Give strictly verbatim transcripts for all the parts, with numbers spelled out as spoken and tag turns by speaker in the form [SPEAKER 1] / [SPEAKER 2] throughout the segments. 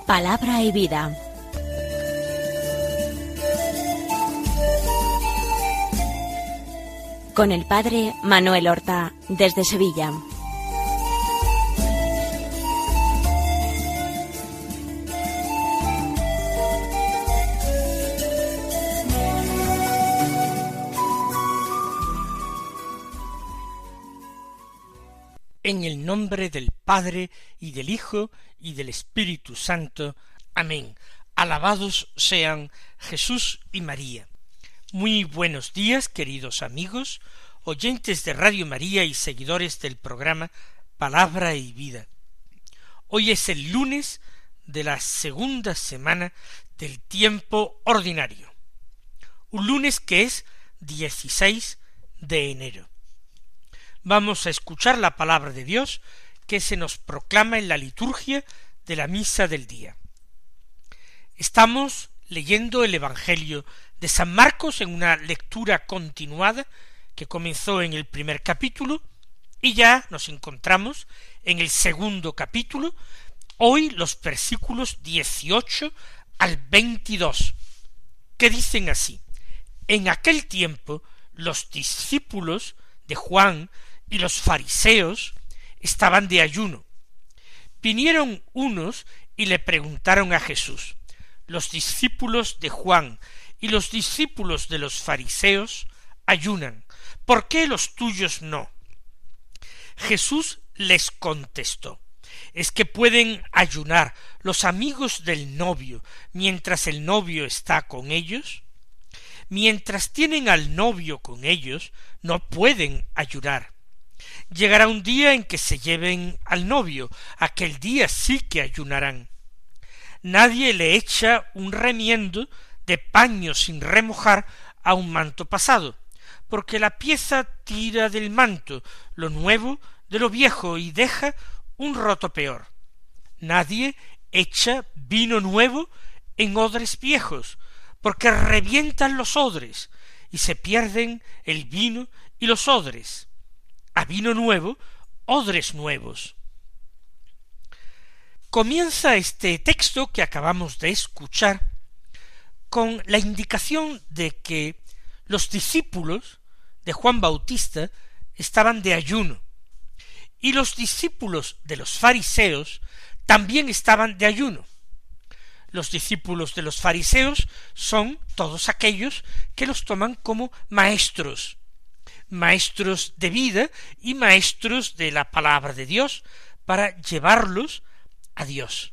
[SPEAKER 1] Palabra y vida. Con el padre Manuel Horta, desde Sevilla.
[SPEAKER 2] En el nombre del Padre, y del Hijo, y del Espíritu Santo. Amén. Alabados sean Jesús y María. Muy buenos días, queridos amigos, oyentes de Radio María y seguidores del programa Palabra y Vida. Hoy es el lunes de la segunda semana del tiempo ordinario. Un lunes que es dieciséis de enero. Vamos a escuchar la palabra de Dios que se nos proclama en la liturgia de la misa del día. Estamos leyendo el Evangelio de San Marcos en una lectura continuada que comenzó en el primer capítulo y ya nos encontramos en el segundo capítulo, hoy los versículos dieciocho al veintidós, que dicen así: en aquel tiempo los discípulos de Juan y los fariseos estaban de ayuno. Vinieron unos y le preguntaron a Jesús: los discípulos de Juan y los discípulos de los fariseos ayunan, ¿por qué los tuyos no? Jesús les contestó: ¿es que pueden ayunar los amigos del novio mientras el novio está con ellos? Mientras tienen al novio con ellos, no pueden ayunar. Llegará un día en que se lleven al novio, aquel día sí que ayunarán. Nadie le echa un remiendo de paño sin remojar a un manto pasado, porque la pieza tira del manto lo nuevo de lo viejo y deja un roto peor. Nadie echa vino nuevo en odres viejos, porque revientan los odres y se pierden el vino y los odres. A vino nuevo, odres nuevos. Comienza este texto que acabamos de escuchar con la indicación de que los discípulos de Juan Bautista estaban de ayuno y los discípulos de los fariseos también estaban de ayuno. Los discípulos de los fariseos son todos aquellos que los toman como maestros, maestros de vida y maestros de la palabra de Dios para llevarlos a Dios.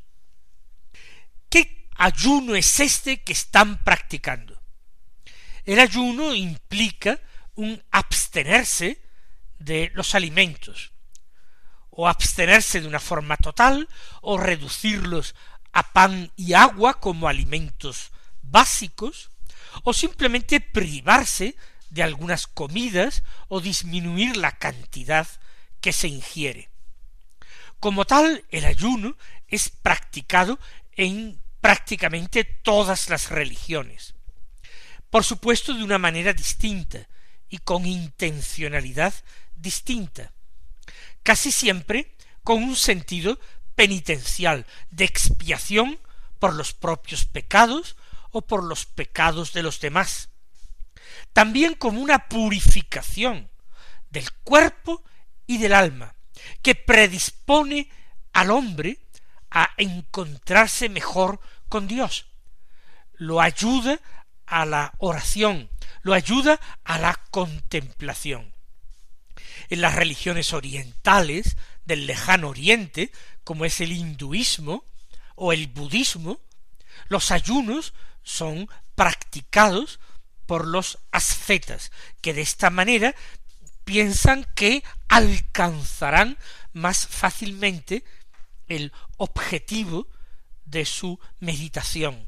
[SPEAKER 2] ¿Qué ayuno es este que están practicando? El ayuno implica un abstenerse de los alimentos, o abstenerse de una forma total, o reducirlos a pan y agua como alimentos básicos, o simplemente privarse de algunas comidas o disminuir la cantidad que se ingiere. Como tal, el ayuno es practicado en prácticamente todas las religiones, por supuesto de una manera distinta y con intencionalidad distinta, casi siempre con un sentido penitencial, de expiación por los propios pecados o por los pecados de los demás, también como una purificación del cuerpo y del alma, que predispone al hombre a encontrarse mejor con Dios, lo ayuda a la oración, lo ayuda a la contemplación. En las religiones orientales del lejano oriente, como es el hinduismo o el budismo, los ayunos son practicados por los ascetas, que de esta manera piensan que alcanzarán más fácilmente el objetivo de su meditación,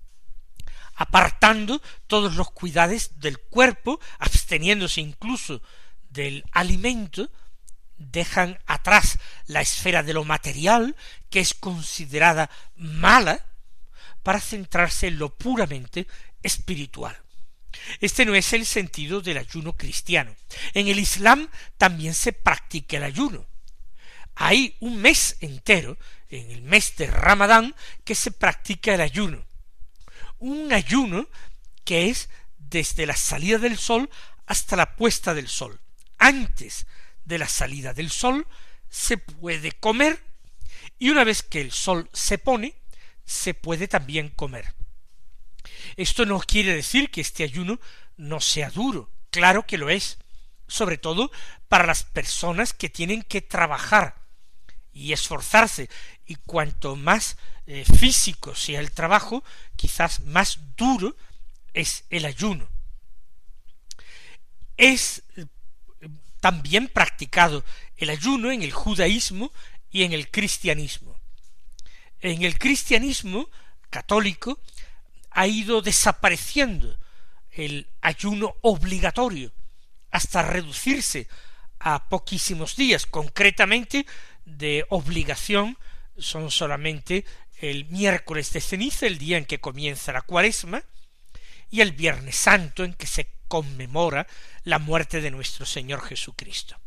[SPEAKER 2] apartando todos los cuidados del cuerpo, absteniéndose incluso del alimento, dejan atrás la esfera de lo material, que es considerada mala, para centrarse en lo puramente espiritual. Este no es el sentido del ayuno cristiano. En el Islam también se practica el ayuno. hay un mes entero, en el mes de Ramadán, que se practica el ayuno. Un ayuno que es desde la salida del sol hasta la puesta del sol. Antes de la salida del sol se puede comer, y una vez que el sol se pone, se puede también comer. Esto no quiere decir que este ayuno no sea duro, claro que lo es, sobre todo para las personas que tienen que trabajar y esforzarse, y cuanto más eh, físico sea el trabajo, quizás más duro es el ayuno. Es eh, también practicado el ayuno en el judaísmo y en el cristianismo. En el cristianismo católico ha ido desapareciendo el ayuno obligatorio hasta reducirse a poquísimos días. Concretamente, de obligación son solamente el miércoles de ceniza, el día en que comienza la Cuaresma, y el Viernes Santo, en que se conmemora la muerte de nuestro Señor Jesucristo.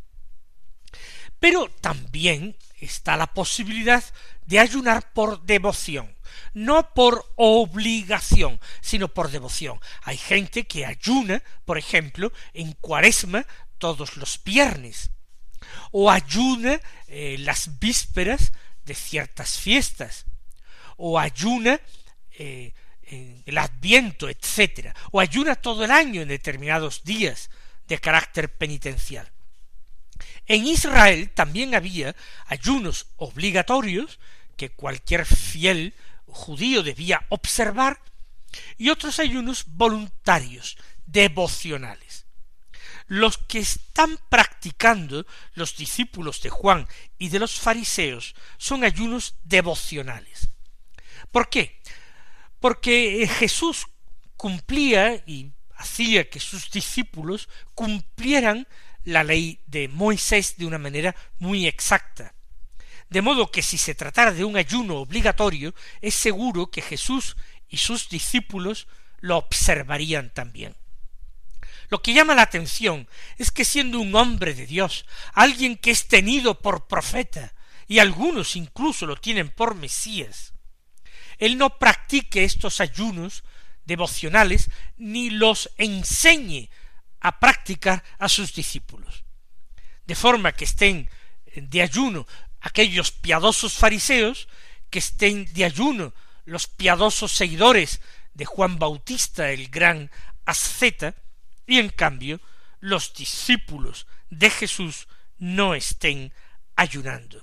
[SPEAKER 2] Pero también está la posibilidad de ayunar por devoción, no por obligación, sino por devoción. Hay gente que ayuna, por ejemplo, en Cuaresma todos los viernes, o ayuna eh, las vísperas de ciertas fiestas, o ayuna eh, en el Adviento, etcétera, o ayuna todo el año en determinados días de carácter penitencial. En Israel también había ayunos obligatorios que cualquier fiel judío debía observar, y otros ayunos voluntarios, devocionales. Los que están practicando los discípulos de Juan y de los fariseos son ayunos devocionales. ¿Por qué? Porque Jesús cumplía y hacía que sus discípulos cumplieran la ley de Moisés de una manera muy exacta. De modo que si se tratara de un ayuno obligatorio, es seguro que Jesús y sus discípulos lo observarían también. Lo que llama la atención es que, siendo un hombre de Dios, alguien que es tenido por profeta, y algunos incluso lo tienen por Mesías, él no practique estos ayunos devocionales ni los enseñe a practicar a sus discípulos. De forma que estén de ayuno aquellos piadosos fariseos, que estén de ayuno los piadosos seguidores de Juan Bautista, el gran asceta, y en cambio los discípulos de Jesús no estén ayunando.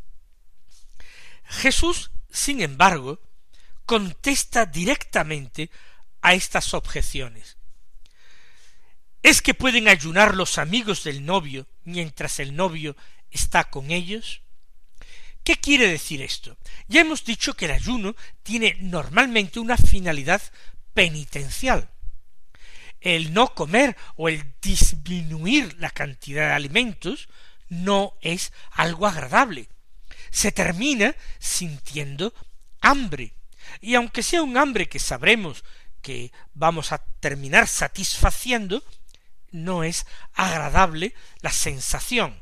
[SPEAKER 2] Jesús, sin embargo, contesta directamente a estas objeciones. ¿Es que pueden ayunar los amigos del novio mientras el novio está con ellos? ¿Qué quiere decir esto? Ya hemos dicho que el ayuno tiene normalmente una finalidad penitencial. El no comer o el disminuir la cantidad de alimentos no es algo agradable. Se termina sintiendo hambre, y aunque sea un hambre que sabremos que vamos a terminar satisfaciendo, no es agradable la sensación.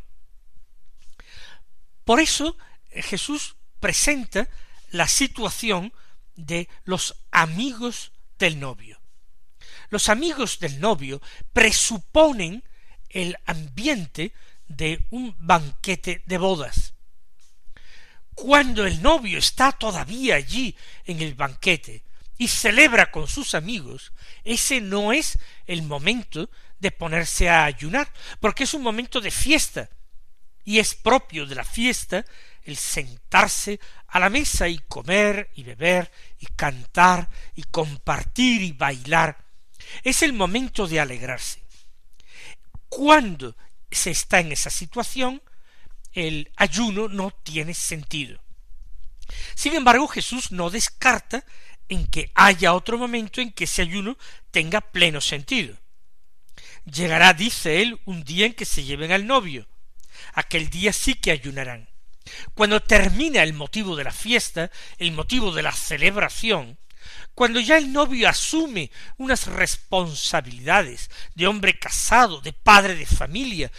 [SPEAKER 2] Por eso Jesús presenta la situación de los amigos del novio. Los amigos del novio presuponen el ambiente de un banquete de bodas. Cuando el novio está todavía allí en el banquete y celebra con sus amigos, ese no es el momento de ponerse a ayunar, porque es un momento de fiesta, y es propio de la fiesta el sentarse a la mesa y comer y beber y cantar y compartir y bailar. Es el momento de alegrarse. Cuando se está en esa situación, el ayuno no tiene sentido. Sin embargo, Jesús no descarta en que haya otro momento en que ese ayuno tenga pleno sentido. Llegará, dice él, un día en que se lleven al novio. Aquel día sí que ayunarán. Cuando termina el motivo de la fiesta, el motivo de la celebración, cuando ya el novio asume unas responsabilidades de hombre casado, de padre de familia,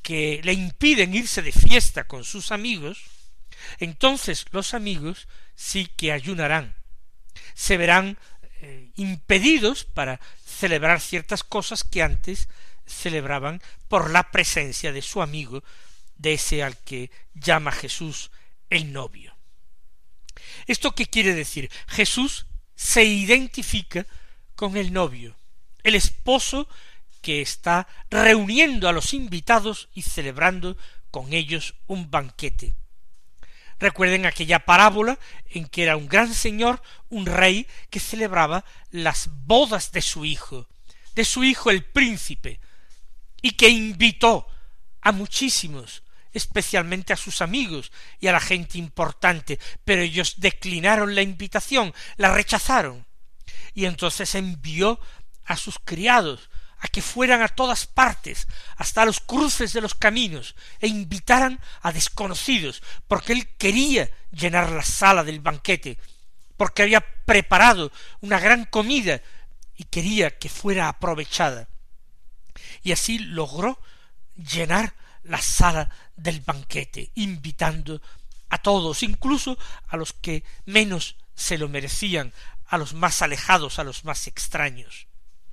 [SPEAKER 2] que le impiden irse de fiesta con sus amigos, entonces los amigos sí que ayunarán, se verán eh, impedidos para celebrar ciertas cosas que antes celebraban por la presencia de su amigo, de ese al que llama Jesús el novio. ¿Esto qué quiere decir? Jesús se identifica con el novio, el esposo que está reuniendo a los invitados y celebrando con ellos un banquete. Recuerden aquella parábola en que era un gran señor, un rey, que celebraba las bodas de su hijo, de su hijo el príncipe, y que invitó a muchísimos, especialmente a sus amigos y a la gente importante, pero ellos declinaron la invitación, la rechazaron, y entonces envió a sus criados a que fueran a todas partes, hasta los cruces de los caminos, e invitaran a desconocidos, porque él quería llenar la sala del banquete, porque había preparado una gran comida y quería que fuera aprovechada. Y así logró llenar la sala del banquete, invitando a todos, incluso a los que menos se lo merecían, a los más alejados, a los más extraños.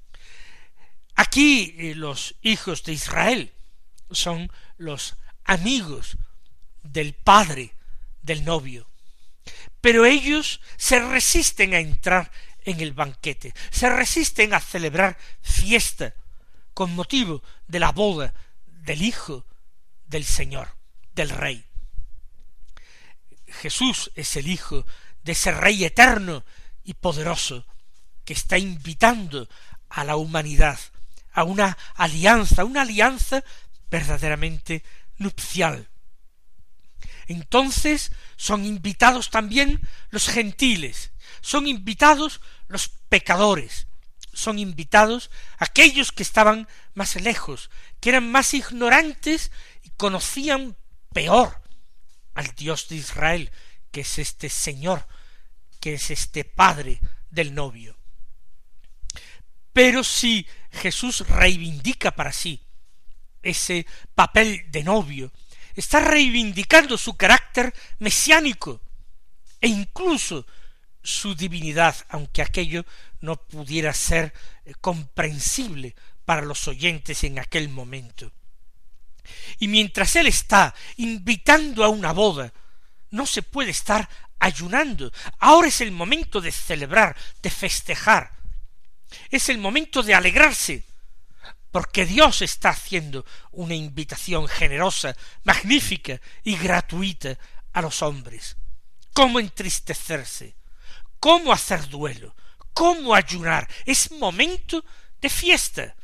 [SPEAKER 2] Aquí eh, los hijos de Israel son los amigos del padre del novio, pero ellos se resisten a entrar en el banquete, se resisten a celebrar fiesta con motivo de la boda del hijo del Señor, del Rey. Jesús es el hijo de ese Rey eterno y poderoso que está invitando a la humanidad a una alianza, una alianza verdaderamente nupcial. Entonces son invitados también los gentiles, son invitados los pecadores, son invitados aquellos que estaban más lejos, que eran más ignorantes y conocían peor al Dios de Israel, que es este Señor, que es este Padre del novio. Pero si Jesús reivindica para sí ese papel de novio, está reivindicando su carácter mesiánico e incluso su divinidad, aunque aquello no pudiera ser comprensible para los oyentes en aquel momento. Y mientras él está invitando a una boda, no se puede estar ayunando. Ahora es el momento de celebrar, de festejar. Es el momento de alegrarse, porque Dios está haciendo una invitación generosa, magnífica y gratuita a los hombres. ¿Cómo entristecerse? ¿Cómo hacer duelo? ¿Cómo ayunar? Es momento de fiesta.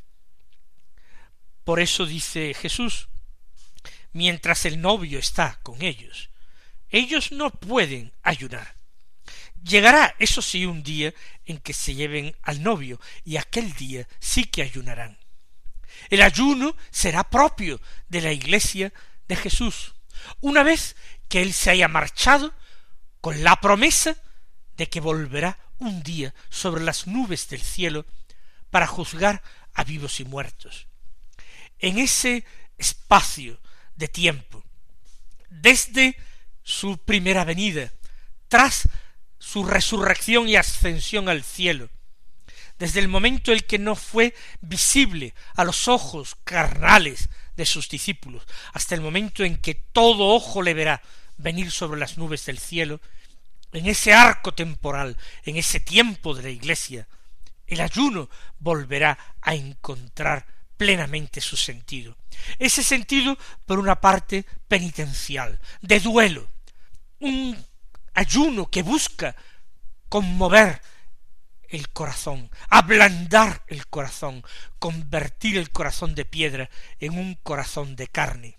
[SPEAKER 2] Por eso dice Jesús, mientras el novio está con ellos, ellos no pueden ayunar. Llegará, eso sí, un día en que se lleven al novio, y aquel día sí que ayunarán. El ayuno será propio de la Iglesia de Jesús, una vez que él se haya marchado con la promesa de que volverá un día sobre las nubes del cielo para juzgar a vivos y muertos. En ese espacio de tiempo, desde su primera venida, tras su resurrección y ascensión al cielo, desde el momento en que no fue visible a los ojos carnales de sus discípulos, hasta el momento en que todo ojo le verá venir sobre las nubes del cielo, en ese arco temporal, en ese tiempo de la Iglesia, el ayuno volverá a encontrar plenamente su sentido. Ese sentido, por una parte, penitencial, de duelo, un ayuno que busca conmover el corazón, ablandar el corazón, convertir el corazón de piedra en un corazón de carne.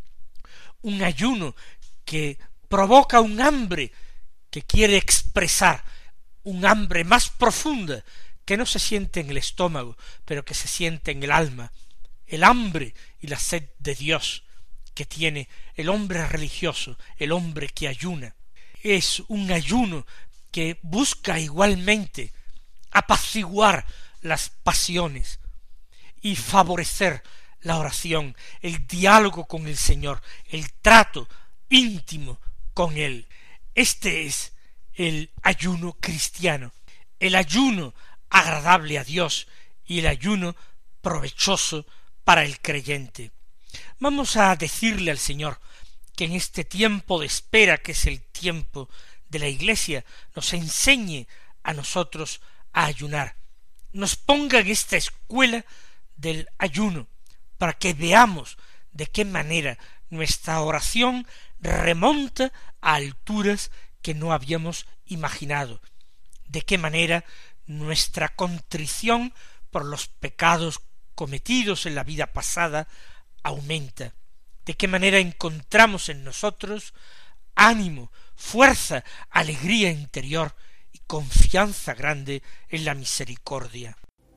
[SPEAKER 2] Un ayuno que provoca un hambre que quiere expresar, un hambre más profunda que no se siente en el estómago, pero que se siente en el alma, el hambre y la sed de Dios que tiene el hombre religioso, el hombre que ayuna. Es un ayuno que busca igualmente apaciguar las pasiones y favorecer la oración, el diálogo con el Señor, el trato íntimo con Él. Este es el ayuno cristiano, el ayuno agradable a Dios y el ayuno provechoso para el creyente. Vamos a decirle al Señor que en este tiempo de espera, que es el tiempo de la Iglesia, nos enseñe a nosotros a ayunar, nos ponga en esta escuela del ayuno, para que veamos de qué manera nuestra oración remonta a alturas que no habíamos imaginado, de qué manera nuestra contrición por los pecados cometidos en la vida pasada aumenta, de qué manera encontramos en nosotros ánimo, fuerza, alegría interior y confianza grande en la misericordia.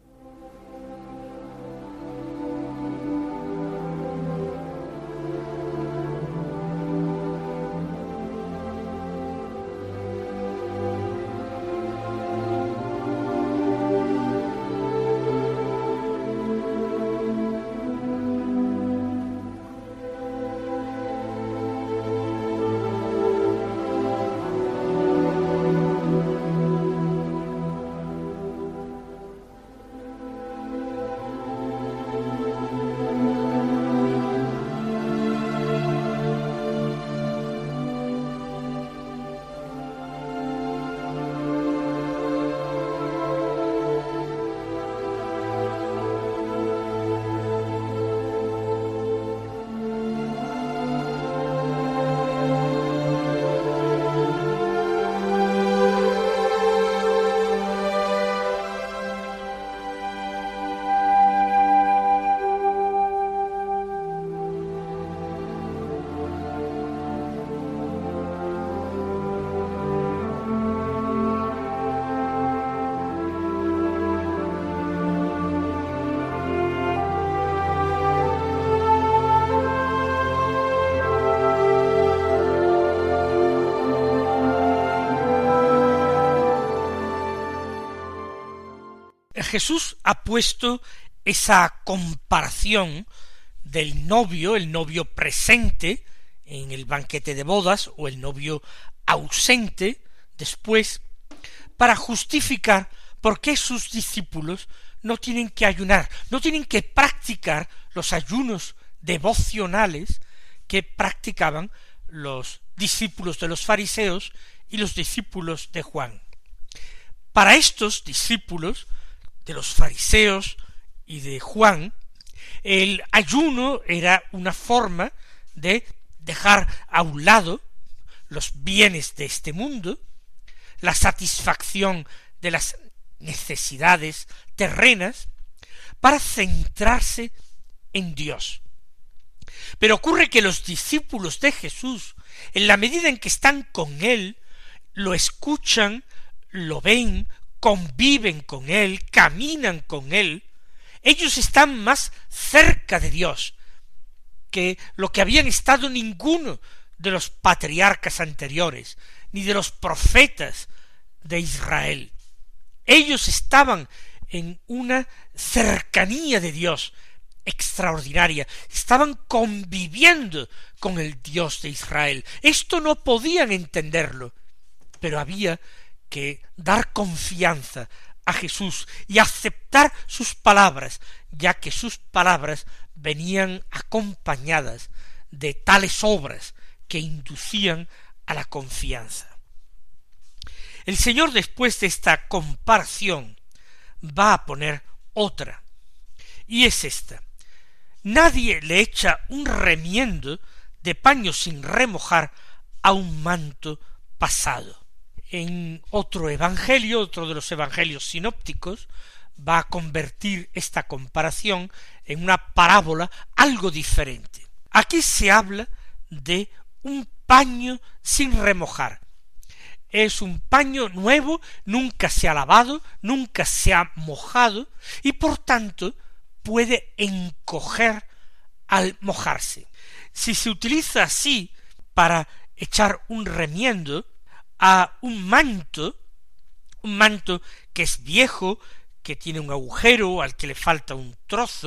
[SPEAKER 2] Jesús ha puesto esa comparación del novio, el novio presente en el banquete de bodas o el novio ausente después, para justificar por qué sus discípulos no tienen que ayunar, no tienen que practicar los ayunos devocionales que practicaban los discípulos de los fariseos y los discípulos de Juan. Para estos discípulos de los fariseos y de Juan, el ayuno era una forma de dejar a un lado los bienes de este mundo, la satisfacción de las necesidades terrenas, para centrarse en Dios. Pero ocurre que los discípulos de Jesús, en la medida en que están con Él, lo escuchan, lo ven, conviven con Él, caminan con Él, ellos están más cerca de Dios que lo que habían estado ninguno de los patriarcas anteriores, ni de los profetas de Israel. Ellos estaban en una cercanía de Dios extraordinaria, estaban conviviendo con el Dios de Israel. Esto no podían entenderlo, pero había que dar confianza a Jesús y aceptar sus palabras, ya que sus palabras venían acompañadas de tales obras que inducían a la confianza. El Señor, después de esta comparación, va a poner otra, y es esta: nadie le echa un remiendo de paño sin remojar a un manto pasado. En otro evangelio, otro de los evangelios sinópticos, va a convertir esta comparación en una parábola algo diferente. Aquí se habla de un paño sin remojar. Es un paño nuevo, nunca se ha lavado, nunca se ha mojado, y por tanto puede encoger al mojarse. Si se utiliza así para echar un remiendo a un manto, un manto que es viejo, que tiene un agujero, al que le falta un trozo,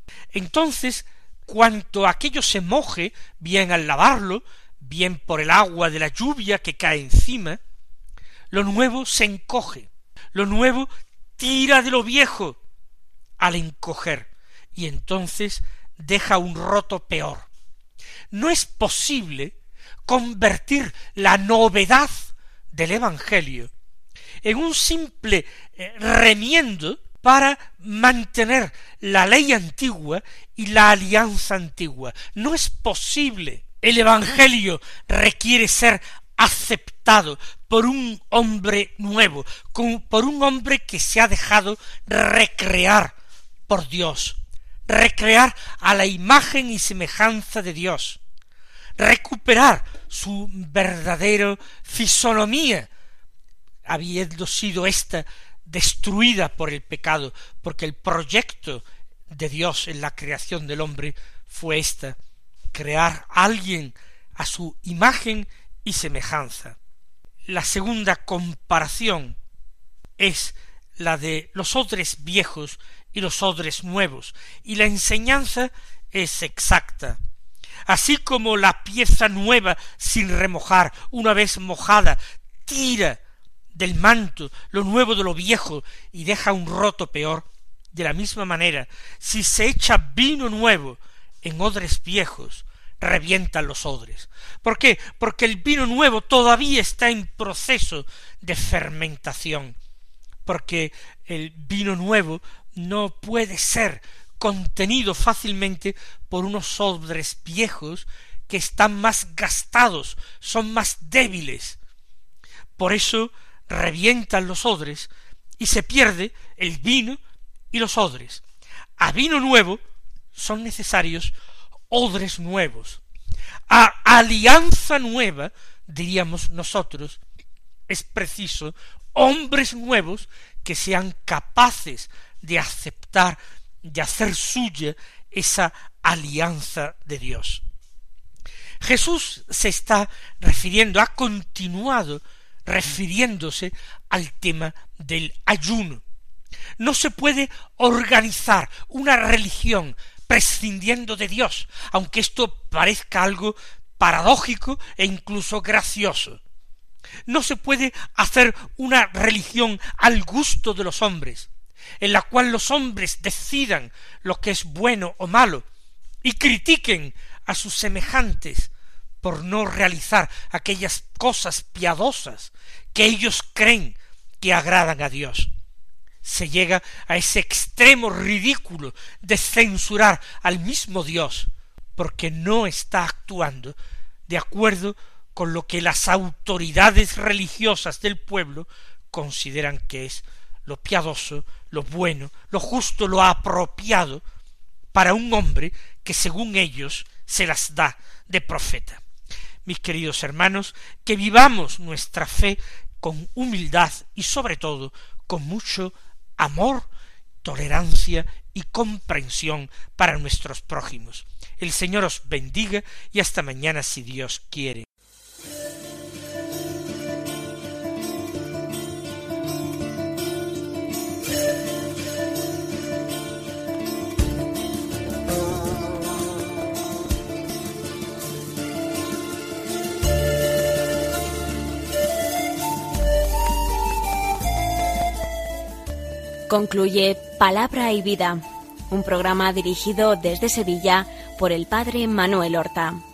[SPEAKER 2] Entonces, cuanto aquello se moje, bien al lavarlo, bien por el agua de la lluvia que cae encima, lo nuevo se encoge, lo nuevo tira de lo viejo al encoger, y entonces deja un roto peor. No es posible convertir la novedad del Evangelio en un simple eh, remiendo para mantener la ley antigua y la alianza antigua. No es posible. El Evangelio requiere ser aceptado por un hombre nuevo, por un hombre que se ha dejado recrear por Dios, recrear a la imagen y semejanza de Dios, recuperar su verdadera fisonomía, habiendo sido ésta destruida por el pecado, porque el proyecto de Dios en la creación del hombre fue esta, crear a alguien a su imagen y semejanza. La segunda comparación es la de los odres viejos y los odres nuevos, y la enseñanza es exacta. Así como la pieza nueva sin remojar, una vez mojada, tira del manto lo nuevo de lo viejo y deja un roto peor, de la misma manera, si se echa vino nuevo en odres viejos, revientan los odres. ¿Por qué? Porque el vino nuevo todavía está en proceso de fermentación, porque el vino nuevo no puede ser contenido fácilmente por unos odres viejos que están más gastados, son más débiles. Por eso revientan los odres y se pierde el vino y los odres. A vino nuevo son necesarios odres nuevos. A alianza nueva, diríamos nosotros, es preciso hombres nuevos que sean capaces de aceptar, de hacer suya esa alianza de Dios. Jesús se está refiriendo, ha continuado refiriéndose al tema del ayuno. No se puede organizar una religión prescindiendo de Dios, aunque esto parezca algo paradójico e incluso gracioso. No se puede hacer una religión al gusto de los hombres, en la cual los hombres decidan lo que es bueno o malo y critiquen a sus semejantes por no realizar aquellas cosas piadosas que ellos creen que agradan a Dios. Se llega a ese extremo ridículo de censurar al mismo Dios porque no está actuando de acuerdo con lo que las autoridades religiosas del pueblo consideran que es lo piadoso, lo bueno, lo justo, lo apropiado para un hombre que según ellos se las da de profeta. Mis queridos hermanos, que vivamos nuestra fe con humildad y sobre todo con mucho amor, tolerancia y comprensión para nuestros prójimos. El Señor os bendiga y hasta mañana si Dios quiere.
[SPEAKER 1] Concluye Palabra y Vida, un programa dirigido desde Sevilla por el padre Manuel Horta.